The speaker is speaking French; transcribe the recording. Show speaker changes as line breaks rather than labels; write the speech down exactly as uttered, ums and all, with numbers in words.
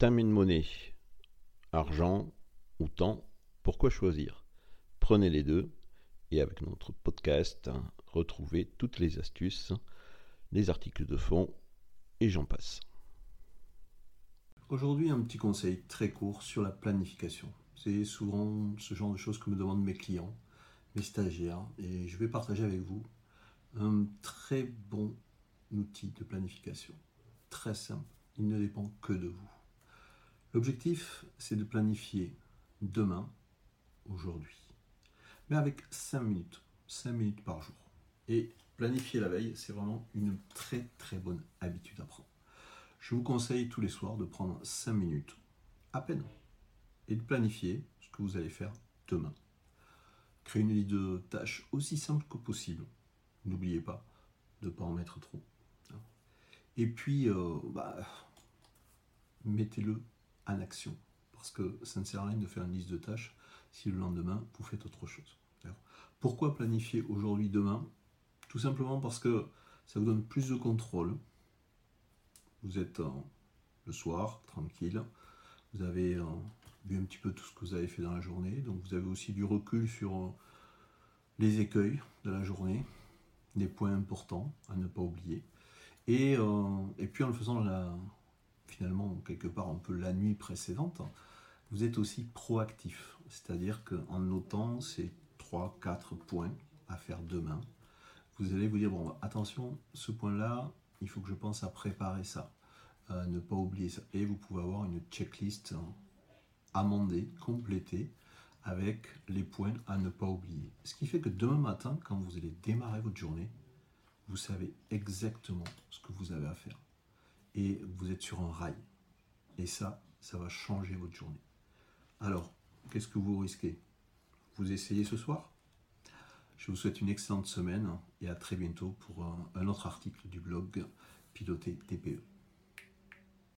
Time and money, argent ou temps, pourquoi choisir? Prenez les deux et avec notre podcast, retrouvez toutes les astuces, les articles de fond et j'en passe.
Aujourd'hui, un petit conseil très court sur la planification. C'est souvent ce genre de choses que me demandent mes clients, mes stagiaires, et je vais partager avec vous un très bon outil de planification. Très simple, il ne dépend que de vous. L'objectif, c'est de planifier demain, aujourd'hui, mais avec cinq minutes, cinq minutes par jour. Et planifier la veille, c'est vraiment une très très bonne habitude à prendre. Je vous conseille tous les soirs de prendre cinq minutes, à peine, et de planifier ce que vous allez faire demain. Créez une liste de tâches aussi simple que possible. N'oubliez pas de ne pas en mettre trop. Et puis, euh, bah, mettez-le en action. Parce que ça ne sert à rien de faire une liste de tâches si le lendemain, vous faites autre chose. Pourquoi planifier aujourd'hui, demain? Tout simplement parce que ça vous donne plus de contrôle. Vous êtes euh, le soir, tranquille. Vous avez euh, vu un petit peu tout ce que vous avez fait dans la journée. Donc vous avez aussi du recul sur euh, les écueils de la journée, des points importants à ne pas oublier. Et, euh, et puis en le faisant la, finalement quelque part un peu la nuit précédente, vous êtes aussi proactif. C'est-à-dire qu'en notant ces trois quatre points à faire demain, vous allez vous dire, bon, attention, ce point-là, il faut que je pense à préparer ça, euh, ne pas oublier ça. Et vous pouvez avoir une checklist amendée, complétée, avec les points à ne pas oublier. Ce qui fait que demain matin, quand vous allez démarrer votre journée, vous savez exactement ce que vous avez à faire. Et vous êtes sur un rail. Et ça, ça va changer votre journée. Alors, qu'est-ce que vous risquez? Vous essayez ce soir? Je vous souhaite une excellente semaine et à très bientôt pour un autre article du blog Piloter T P E.